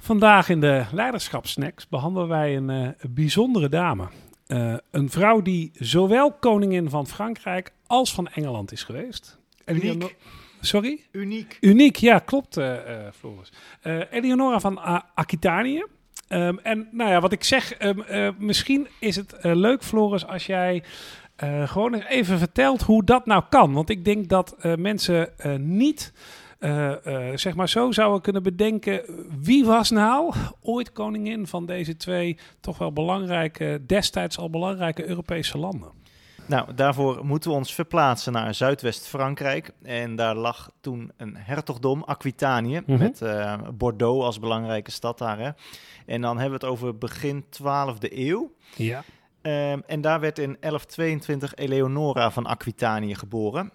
Vandaag in de Leiderschapssnacks behandelen wij een bijzondere dame. Een vrouw die zowel koningin van Frankrijk als van Engeland is geweest. Uniek. Sorry? Uniek. Uniek, ja, klopt, Floris. Eleonora van Aquitanië. En nou ja, wat ik zeg, misschien is het leuk, Floris, als jij gewoon nog even vertelt hoe dat nou kan. Want ik denk dat mensen niet... zeg maar zo zouden kunnen bedenken, wie was nou ooit koningin van deze twee toch wel belangrijke, destijds al belangrijke Europese landen? Nou, daarvoor moeten we ons verplaatsen naar Zuidwest-Frankrijk. En daar lag toen een hertogdom, Aquitanië, met Bordeaux als belangrijke stad daar. Hè. En dan hebben we het over begin 12e eeuw. Ja. En daar werd in 1122 Eleonora van Aquitanië geboren.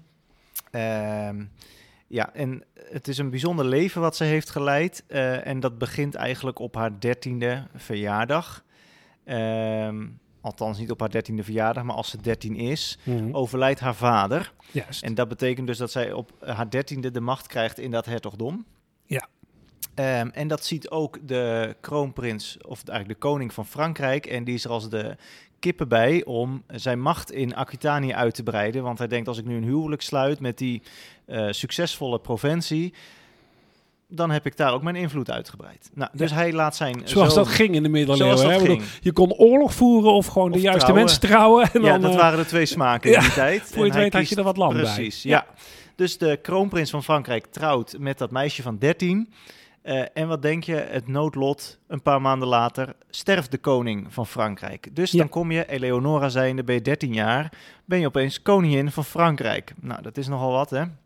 Ja, en het is een bijzonder leven wat ze heeft geleid. En dat begint eigenlijk op haar 13e verjaardag. Althans niet op haar 13e verjaardag, maar als ze 13 is, overlijdt haar vader. Juist. En dat betekent dus dat zij op haar 13e de macht krijgt in dat hertogdom. Ja. En dat ziet ook de kroonprins, of eigenlijk de koning van Frankrijk. En die is er als de kippen bij om zijn macht in Aquitanië uit te breiden. Want hij denkt, als ik nu een huwelijk sluit met die succesvolle provincie, dan heb ik daar ook mijn invloed uitgebreid. Nou, dus hij laat zijn Zoals zoon, dat ging in de middeleeuwen. Zoals dat ging. Je kon oorlog voeren of gewoon de juiste trouwen. mensen trouwen. En ja, dan, dat waren de twee smaken in die tijd. Voor je het weet had je er wat land bij. Precies, ja. Dus de kroonprins van Frankrijk trouwt met dat meisje van 13. En wat denk je, het noodlot, een paar maanden later sterft de koning van Frankrijk. Dus dan kom je, Eleonora zijnde, ben je 13 jaar, ben je opeens koningin van Frankrijk. Nou, dat is nogal wat, hè.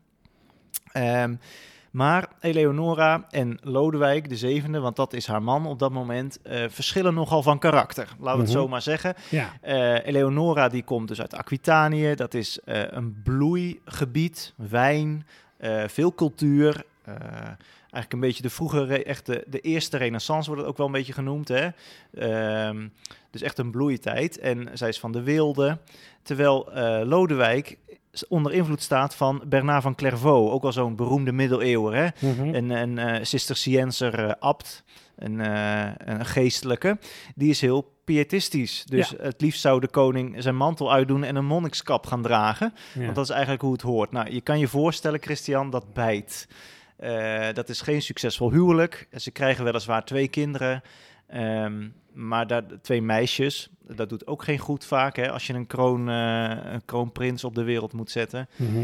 Maar Eleonora en Lodewijk, de zevende, want dat is haar man op dat moment, verschillen nogal van karakter. Laten we het zo maar zeggen. Ja. Eleonora die komt dus uit Aquitanië. Dat is een bloeigebied, wijn, veel cultuur. Eigenlijk een beetje de vroege, echt de eerste renaissance wordt het ook wel een beetje genoemd. Hè? Dus echt een bloeitijd. En zij is van de weelde. Terwijl Lodewijk onder invloed staat van Bernard van Clairvaux. Ook al zo'n beroemde middeleeuwer. Hè? Een Cisterciënser abt. Een geestelijke. Die is heel pietistisch. Dus het liefst zou de koning zijn mantel uitdoen en een monnikskap gaan dragen. Ja. Want dat is eigenlijk hoe het hoort. Nou, je kan je voorstellen, Christian, dat bijt. Dat is geen succesvol huwelijk. Ze krijgen weliswaar 2 kinderen. Maar 2 meisjes. Dat doet ook geen goed vaak, hè, als je een kroonprins op de wereld moet zetten.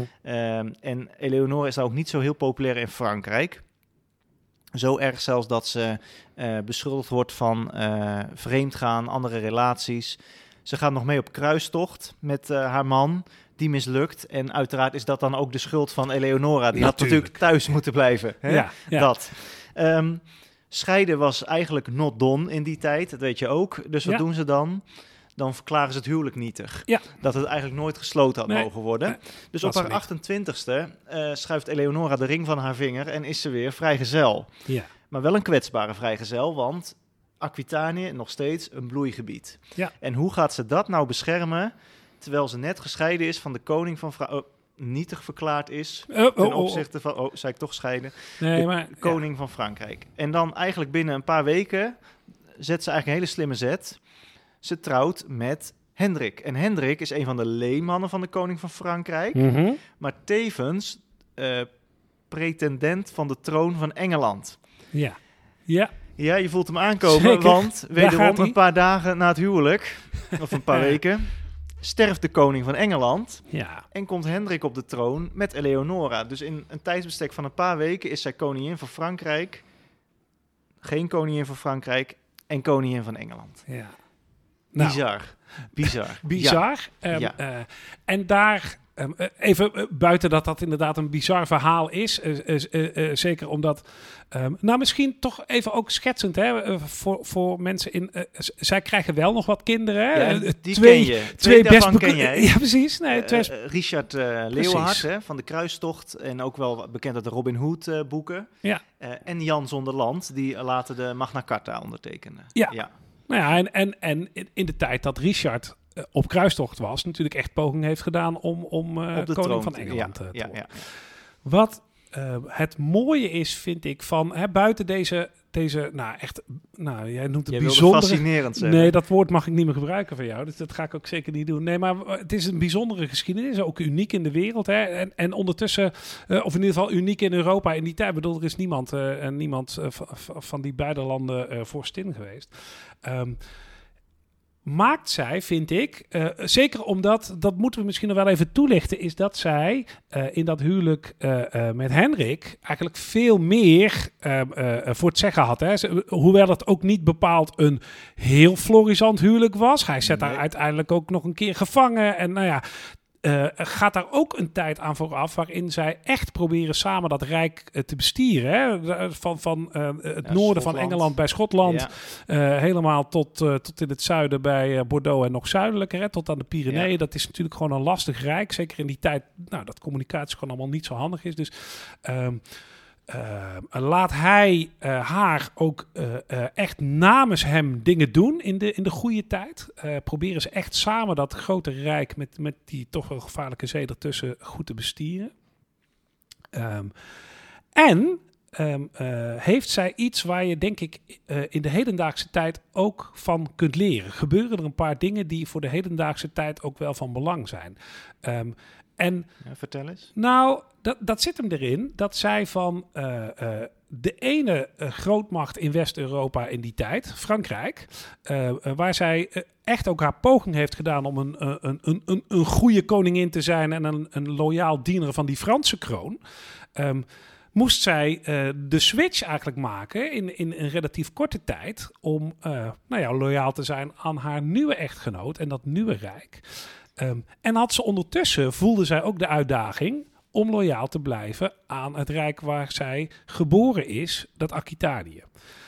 En Eleonore is daar ook niet zo heel populair in Frankrijk. Zo erg zelfs dat ze beschuldigd wordt van vreemdgaan, andere relaties. Ze gaat nog mee op kruistocht met haar man. Die mislukt. En uiteraard is dat dan ook de schuld van Eleonora. Die had natuurlijk thuis moeten blijven. Hè? Ja. Dat. Scheiden was eigenlijk not done in die tijd. Dat weet je ook. Dus wat doen ze dan? Dan verklaren ze het huwelijk nietig. Ja. Dat het eigenlijk nooit gesloten had mogen worden. Dus op haar 28ste schuift Eleonora de ring van haar vinger en is ze weer vrijgezel. Ja. Maar wel een kwetsbare vrijgezel, want Aquitanië nog steeds een bloeigebied. Ja. En hoe gaat ze dat nou beschermen, terwijl ze net gescheiden is van de koning van nietig verklaard is ten opzichte van... zei ik toch scheiden? Nee, maar koning van Frankrijk. En dan eigenlijk binnen een paar weken zet ze eigenlijk een hele slimme zet. Ze trouwt met Hendrik. En Hendrik is een van de leenmannen van de koning van Frankrijk. Maar tevens pretendent van de troon van Engeland. Ja. Ja. Ja, je voelt hem aankomen, zeker. Want wederom een paar dagen na het huwelijk, of een paar weken, sterft de koning van Engeland en komt Hendrik op de troon met Eleonora. Dus in een tijdsbestek van een paar weken is zij koningin van Frankrijk, geen koningin van Frankrijk en koningin van Engeland. Ja. Bizar. Bizar. En daar... even buiten dat inderdaad een bizar verhaal is. Zeker omdat... misschien toch even ook schetsend, hè, voor mensen in... zij krijgen wel nog wat kinderen. Hè? Ja, die ken je. Twee daarvan ken jij. Ja, precies. Nee, Richard Leeuwhard van de Kruistocht. En ook wel bekend uit de Robin Hood boeken. Ja. En Jan Zonderland, die later de Magna Carta ondertekende. Ja. Nou ja, en in de tijd dat Richard op kruistocht was, natuurlijk echt poging heeft gedaan om koning van Engeland te worden. Ja. Wat het mooie is, vind ik, van buiten deze, nou echt, nou jij noemt het Jij wilde bijzondere. fascinerend zeggen. Nee, dat woord mag ik niet meer gebruiken van jou. Dus dat ga ik ook zeker niet doen. Nee, maar het is een bijzondere geschiedenis. Ook uniek in de wereld. Hè? En ondertussen, of in ieder geval uniek in Europa in die tijd. Ik bedoel, er is niemand van die beide landen vorstin geweest. Maakt zij, vind ik, zeker omdat, dat moeten we misschien nog wel even toelichten, is dat zij in dat huwelijk met Hendrik eigenlijk veel meer voor het zeggen had. Hè. Hoewel het ook niet bepaald een heel florissant huwelijk was. Hij zet daar uiteindelijk ook nog een keer gevangen. En nou ja, gaat daar ook een tijd aan vooraf waarin zij echt proberen samen dat rijk te bestieren. Hè? Van het noorden van Engeland bij Schotland, helemaal tot in het zuiden bij Bordeaux en nog zuidelijker, hè? Tot aan de Pyreneeën. Ja. Dat is natuurlijk gewoon een lastig rijk. Zeker in die tijd dat communicatie gewoon allemaal niet zo handig is. Dus laat hij haar ook echt namens hem dingen doen in de goede tijd. Proberen ze echt samen dat grote rijk met die toch wel gevaarlijke zee ertussen goed te bestieren. Heeft zij iets waar je denk ik in de hedendaagse tijd ook van kunt leren. Gebeuren er een paar dingen die voor de hedendaagse tijd ook wel van belang zijn. Vertel eens. Nou, dat zit hem erin dat zij van de ene grootmacht in West-Europa in die tijd, Frankrijk, waar zij echt ook haar poging heeft gedaan om een goede koningin te zijn en een loyaal diener van die Franse kroon, moest zij de switch eigenlijk maken in een relatief korte tijd om loyaal te zijn aan haar nieuwe echtgenoot en dat nieuwe rijk. En had ze ondertussen, voelde zij ook de uitdaging om loyaal te blijven aan het rijk waar zij geboren is, dat Aquitanië.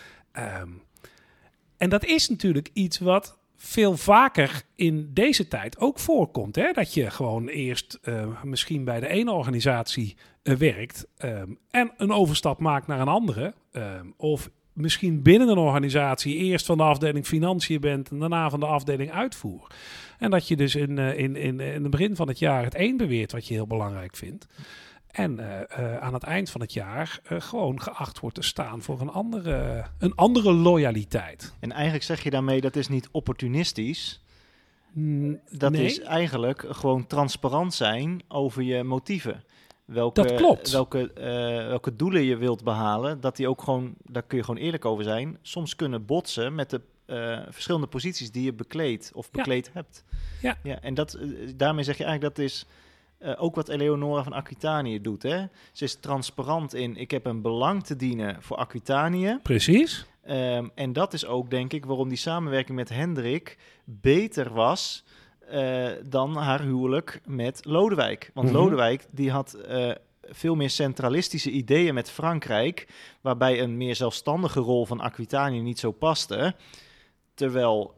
En dat is natuurlijk iets wat veel vaker in deze tijd ook voorkomt. Hè? Dat je gewoon eerst misschien bij de ene organisatie werkt en een overstap maakt naar een andere. Of misschien binnen een organisatie eerst van de afdeling financiën bent en daarna van de afdeling uitvoer. En dat je dus in het begin van het jaar het een beweert wat je heel belangrijk vindt. En aan het eind van het jaar gewoon geacht wordt te staan voor een andere loyaliteit. En eigenlijk zeg je daarmee dat is niet opportunistisch. Dat is eigenlijk gewoon transparant zijn over je motieven. Dat klopt. Welke doelen je wilt behalen, daar kun je gewoon eerlijk over zijn. Soms kunnen botsen met de verschillende posities die je bekleedt of bekleed hebt. Ja. En daarmee zeg je eigenlijk dat is ook wat Eleonora van Aquitanië doet. Hè? Ze is transparant in, ik heb een belang te dienen voor Aquitanië. Precies. En dat is ook, denk ik, waarom die samenwerking met Hendrik beter was dan haar huwelijk met Lodewijk. Want Lodewijk die had veel meer centralistische ideeën met Frankrijk, waarbij een meer zelfstandige rol van Aquitanië niet zo paste. Terwijl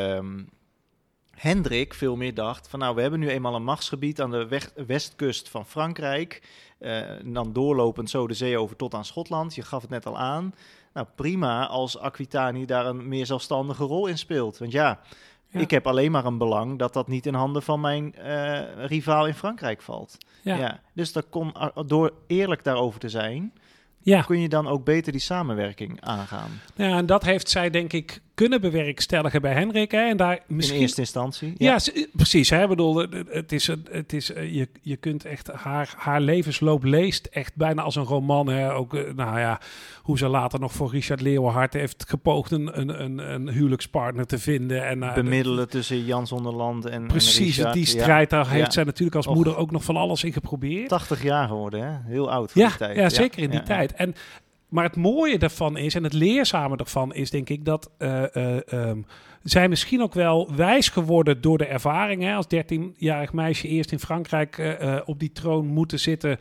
Hendrik veel meer dacht van we hebben nu eenmaal een machtsgebied aan de westkust van Frankrijk. Dan doorlopend zo de zee over tot aan Schotland. Je gaf het net al aan. Nou, prima als Aquitanië daar een meer zelfstandige rol in speelt. Want ik heb alleen maar een belang dat niet in handen van mijn rivaal in Frankrijk valt. Ja. Dus door eerlijk daarover te zijn, kun je dan ook beter die samenwerking aangaan. Ja, en dat heeft zij denk ik kunnen bewerkstelligen bij Hendrik. Hè? En daar misschien... In eerste instantie. Ja, precies. Hè? Ik bedoel, je kunt echt haar levensloop leest echt bijna als een roman. Hè? Ook hoe ze later nog voor Richard Leeuwenhart heeft gepoogd een huwelijkspartner te vinden. En, bemiddelen tussen Jan Zonderland en precies, Richard. Die strijd, daar heeft zij natuurlijk als moeder ook nog van alles in geprobeerd. 80 jaar geworden, hè? Heel oud voor die tijd. Ja, zeker in die tijd. Maar het mooie daarvan is, en het leerzame daarvan is, denk ik, dat zij misschien ook wel wijs geworden door de ervaring. Hè, als 13-jarig meisje eerst in Frankrijk op die troon moeten zitten.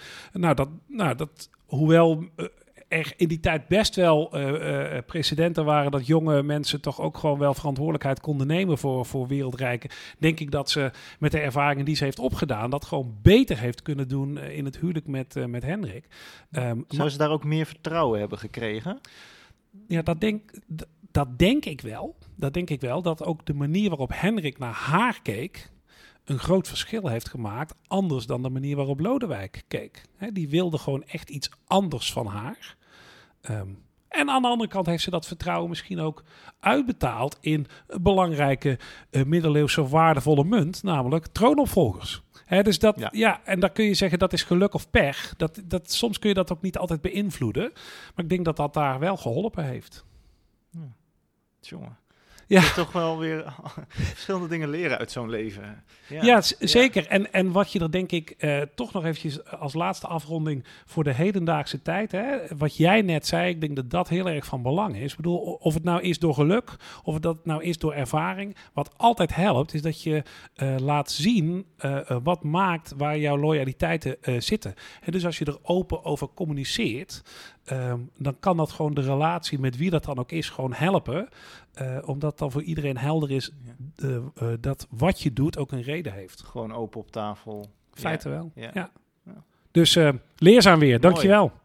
Hoewel er in die tijd best wel precedenten waren dat jonge mensen toch ook gewoon wel verantwoordelijkheid konden nemen voor wereldrijken. Denk ik dat ze met de ervaringen die ze heeft opgedaan, dat gewoon beter heeft kunnen doen in het huwelijk met Hendrik. Zou ze daar ook meer vertrouwen hebben gekregen? Ja, dat denk ik wel. Dat denk ik wel, dat ook de manier waarop Hendrik naar haar keek een groot verschil heeft gemaakt, anders dan de manier waarop Lodewijk keek. Die wilde gewoon echt iets anders van haar. En aan de andere kant heeft ze dat vertrouwen misschien ook uitbetaald in een belangrijke middeleeuwse waardevolle munt, namelijk troonopvolgers. Dus dat, en dan kun je zeggen dat is geluk of pech. Soms kun je dat ook niet altijd beïnvloeden. Maar ik denk dat dat daar wel geholpen heeft. Jongen. Ja. Je kunt toch wel weer verschillende dingen leren uit zo'n leven. Zeker. En wat je er denk ik toch nog eventjes als laatste afronding voor de hedendaagse tijd. Hè, wat jij net zei, ik denk dat dat heel erg van belang is. Ik bedoel, of het nou is door geluk, of dat nou is door ervaring. Wat altijd helpt, is dat je laat zien wat maakt waar jouw loyaliteiten zitten. En dus als je er open over communiceert, dan kan dat gewoon de relatie met wie dat dan ook is gewoon helpen. Omdat dan voor iedereen helder is dat wat je doet ook een reden heeft. Gewoon open op tafel. Feiten wel. Ja. Dus leerzaam weer. Dankjewel.